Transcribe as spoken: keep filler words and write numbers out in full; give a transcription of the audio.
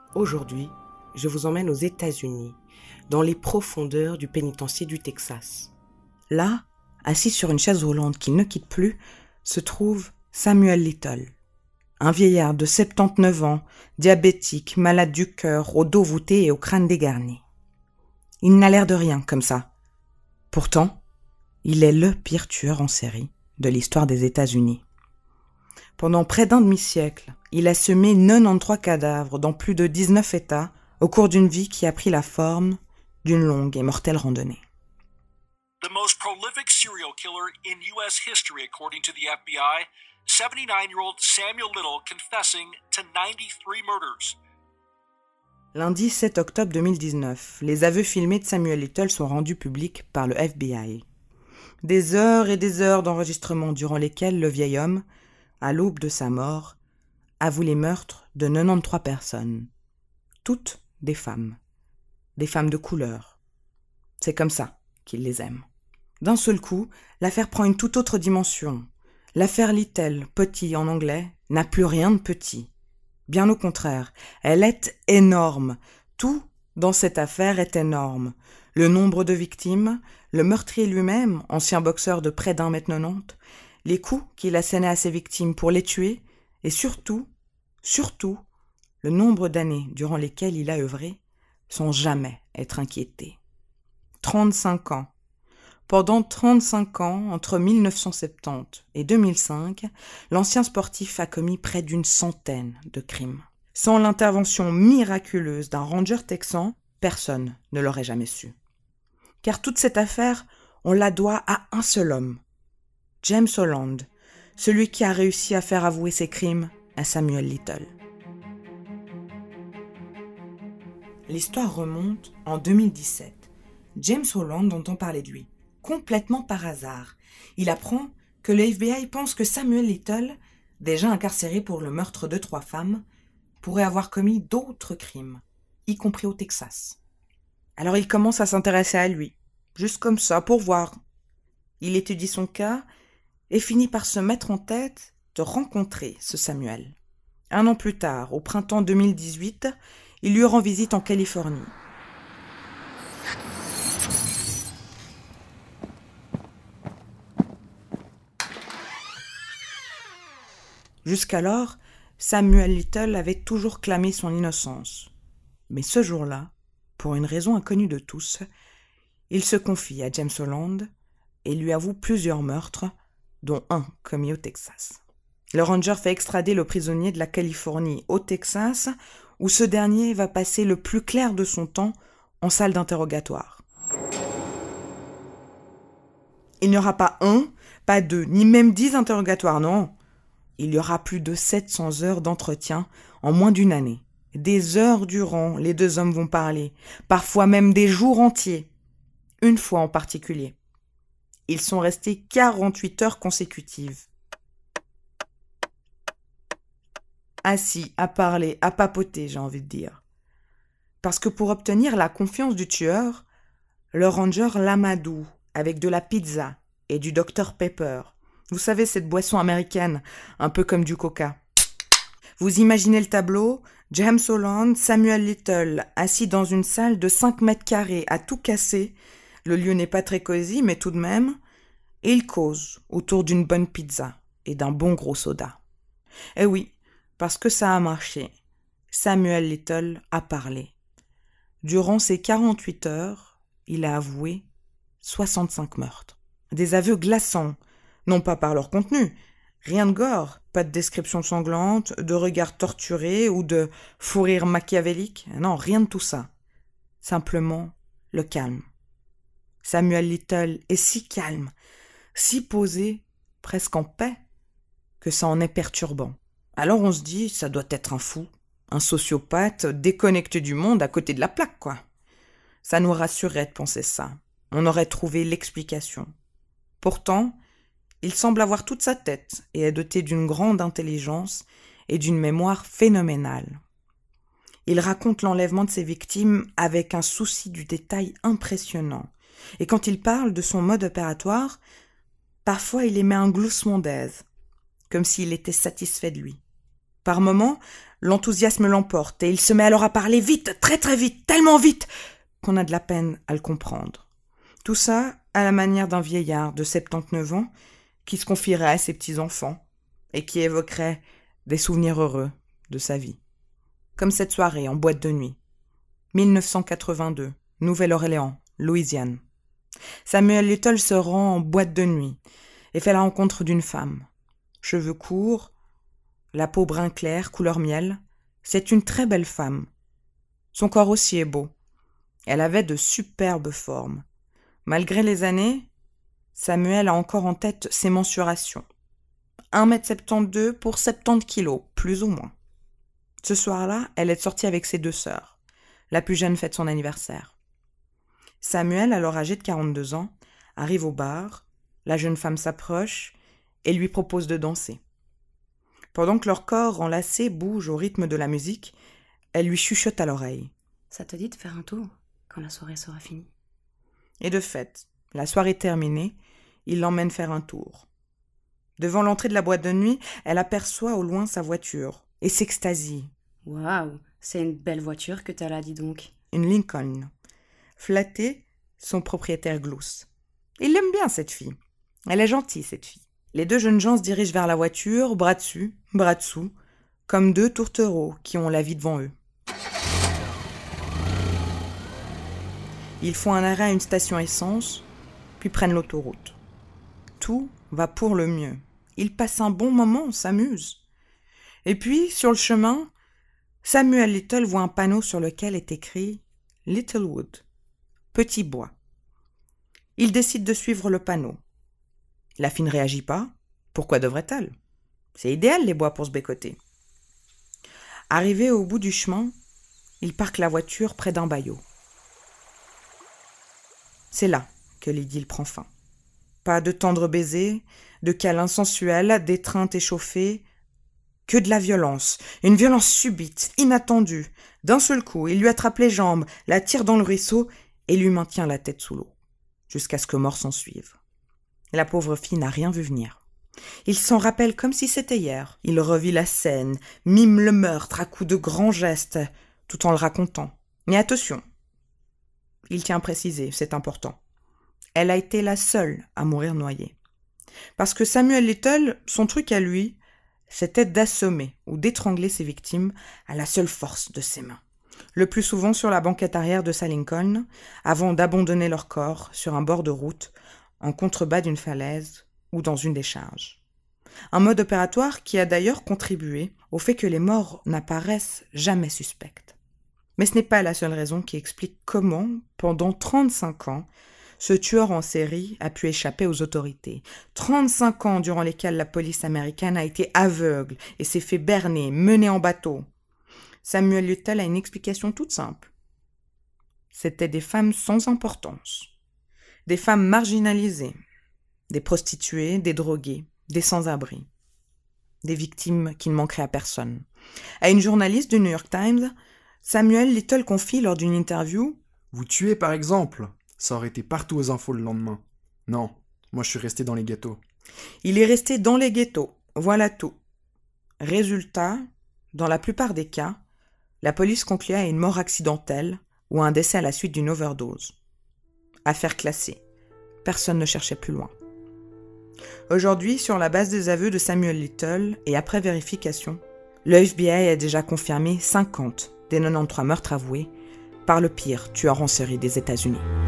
Aujourd'hui, je vous emmène aux États-Unis, dans les profondeurs du pénitencier du Texas. Là, assis sur une chaise roulante qu'il ne quitte plus, se trouve Samuel Little. Un vieillard de soixante-dix-neuf ans, diabétique, malade du cœur, au dos voûté et au crâne dégarni. Il n'a l'air de rien comme ça. Pourtant, il est le pire tueur en série de l'histoire des États-Unis. Pendant près d'un demi-siècle, il a semé quatre-vingt-treize cadavres dans plus de dix-neuf États au cours d'une vie qui a pris la forme d'une longue et mortelle randonnée. The most prolific serial killer in U S history, according to the F B I, seventy-nine-year-old Samuel Little confessing to ninety-three murders. Lundi sept octobre deux mille dix-neuf, les aveux filmés de Samuel Little sont rendus publics par le F B I. Des heures et des heures d'enregistrement durant lesquelles le vieil homme, à l'aube de sa mort, avoue les meurtres de quatre-vingt-treize personnes. Toutes des femmes. Des femmes de couleur. C'est comme ça qu'il les aime. D'un seul coup, l'affaire prend une toute autre dimension. L'affaire Little, petit en anglais, n'a plus rien de petit. Bien au contraire, elle est énorme. Tout dans cette affaire est énorme. Le nombre de victimes, le meurtrier lui-même, ancien boxeur de près d'un mètre quatre-vingt-dix, les coups qu'il assénait à ses victimes pour les tuer, et surtout, surtout, le nombre d'années durant lesquelles il a œuvré, sans jamais être inquiété. trente-cinq ans. Pendant trente-cinq ans, entre mille neuf cent soixante-dix et deux mille cinq, l'ancien sportif a commis près d'une centaine de crimes. Sans l'intervention miraculeuse d'un ranger texan, personne ne l'aurait jamais su. Car toute cette affaire, on la doit à un seul homme, James Holland, celui qui a réussi à faire avouer ses crimes à Samuel Little. L'histoire remonte en deux mille dix-sept. James Holland entend parler de lui, complètement par hasard. Il apprend que le F B I pense que Samuel Little, déjà incarcéré pour le meurtre de trois femmes, pourrait avoir commis d'autres crimes, y compris au Texas. Alors il commence à s'intéresser à lui, juste comme ça, pour voir. Il étudie son cas et finit par se mettre en tête de rencontrer ce Samuel. Un an plus tard, au printemps deux mille dix-huit, il lui rend visite en Californie. Jusqu'alors, Samuel Little avait toujours clamé son innocence. Mais ce jour-là, pour une raison inconnue de tous, il se confie à James Holland et lui avoue plusieurs meurtres, dont un commis au Texas. Le ranger fait extrader le prisonnier de la Californie au Texas, où ce dernier va passer le plus clair de son temps en salle d'interrogatoire. Il n'y aura pas un, pas deux, ni même dix interrogatoires, non. Il y aura plus de sept cents heures d'entretien en moins d'une année. Des heures durant, les deux hommes vont parler, parfois même des jours entiers. Une fois en particulier. Ils sont restés quarante-huit heures consécutives. Assis, à parler, à papoter, j'ai envie de dire. Parce que pour obtenir la confiance du tueur, le ranger l'amadoue avec de la pizza et du docteur Pepper. Vous savez, cette boisson américaine, un peu comme du coca. Vous imaginez le tableau, James Holland, Samuel Little, assis dans une salle de cinq mètres carrés à tout casser. Le lieu n'est pas très cosy, mais tout de même. Et ils causent autour d'une bonne pizza et d'un bon gros soda. Eh oui, parce que ça a marché. Samuel Little a parlé. Durant ces quarante-huit heures, il a avoué soixante-cinq meurtres. Des aveux glaçants, non pas par leur contenu, rien de gore, pas de description sanglante, de regard torturé ou de fou rire machiavélique, non, rien de tout ça. Simplement le calme. Samuel Little est si calme, si posé, presque en paix, que ça en est perturbant. Alors on se dit, ça doit être un fou, un sociopathe déconnecté du monde à côté de la plaque, quoi. Ça nous rassurait de penser ça. On aurait trouvé l'explication. Pourtant, il semble avoir toute sa tête et est doté d'une grande intelligence et d'une mémoire phénoménale. Il raconte l'enlèvement de ses victimes avec un souci du détail impressionnant. Et quand il parle de son mode opératoire, parfois il émet un gloussement d'aise, comme s'il était satisfait de lui. Par moments, l'enthousiasme l'emporte et il se met alors à parler vite, très très vite, tellement vite qu'on a de la peine à le comprendre. Tout ça à la manière d'un vieillard de soixante-dix-neuf ans qui se confierait à ses petits-enfants et qui évoquerait des souvenirs heureux de sa vie. Comme cette soirée en boîte de nuit. mille neuf cent quatre-vingt-deux, Nouvelle-Orléans, Louisiane. Samuel Little se rend en boîte de nuit et fait la rencontre d'une femme. Cheveux courts, la peau brun clair, couleur miel. C'est une très belle femme. Son corps aussi est beau. Elle avait de superbes formes. Malgré les années, Samuel a encore en tête ses mensurations. un mètre soixante-douze pour soixante-dix kilos, plus ou moins. Ce soir-là, elle est sortie avec ses deux sœurs. La plus jeune fête son anniversaire. Samuel, alors âgé de quarante-deux ans, arrive au bar. La jeune femme s'approche et lui propose de danser. Pendant que leurs corps enlacés bougent au rythme de la musique, elle lui chuchote à l'oreille. « Ça te dit de faire un tour quand la soirée sera finie ?» Et de fait, la soirée terminée, il l'emmène faire un tour. Devant l'entrée de la boîte de nuit, elle aperçoit au loin sa voiture et s'extasie. « Waouh, c'est une belle voiture que t'as là, dis donc. » Une Lincoln. Flatté, son propriétaire glousse. Il l'aime bien, cette fille. Elle est gentille, cette fille. Les deux jeunes gens se dirigent vers la voiture, bras dessus, bras dessous, comme deux tourtereaux qui ont la vie devant eux. Ils font un arrêt à une station essence, puis prennent l'autoroute. Tout va pour le mieux. Ils passent un bon moment, s'amusent. Et puis, sur le chemin, Samuel Little voit un panneau sur lequel est écrit « Littlewood », petit bois. Il décide de suivre le panneau. La fille ne réagit pas. Pourquoi devrait-elle? C'est idéal, les bois, pour se bécoter. Arrivé au bout du chemin, il parque la voiture près d'un bayou. C'est là que l'idylle prend fin. Pas de tendres baisers, de câlins sensuels, d'étreintes échauffées, que de la violence, une violence subite, inattendue. D'un seul coup, il lui attrape les jambes, la tire dans le ruisseau et lui maintient la tête sous l'eau, jusqu'à ce que mort s'en suive. La pauvre fille n'a rien vu venir. Il s'en rappelle comme si c'était hier. Il revit la scène, mime le meurtre à coups de grands gestes, tout en le racontant. Mais attention, il tient à préciser, c'est important. Elle a été la seule à mourir noyée. Parce que Samuel Little, son truc à lui, c'était d'assommer ou d'étrangler ses victimes à la seule force de ses mains. Le plus souvent sur la banquette arrière de sa Lincoln, avant d'abandonner leur corps sur un bord de route, en contrebas d'une falaise ou dans une décharge. Un mode opératoire qui a d'ailleurs contribué au fait que les morts n'apparaissent jamais suspectes. Mais ce n'est pas la seule raison qui explique comment, pendant trente-cinq ans, ce tueur en série a pu échapper aux autorités. trente-cinq ans durant lesquels la police américaine a été aveugle et s'est fait berner, mener en bateau. Samuel Little a une explication toute simple. C'étaient des femmes sans importance. Des femmes marginalisées, des prostituées, des droguées, des sans-abri, des victimes qui ne manqueraient à personne. À une journaliste du New York Times, Samuel Little confie lors d'une interview « Vous tuez par exemple, ça aurait été partout aux infos le lendemain. Non, moi je suis resté dans les ghettos. » Il est resté dans les ghettos, voilà tout. Résultat, dans la plupart des cas, la police conclut à une mort accidentelle ou à un décès à la suite d'une overdose. Affaire classée. Personne ne cherchait plus loin. Aujourd'hui, sur la base des aveux de Samuel Little et après vérification, le F B I a déjà confirmé cinquante des quatre-vingt-treize meurtres avoués par le pire tueur en série des États-Unis.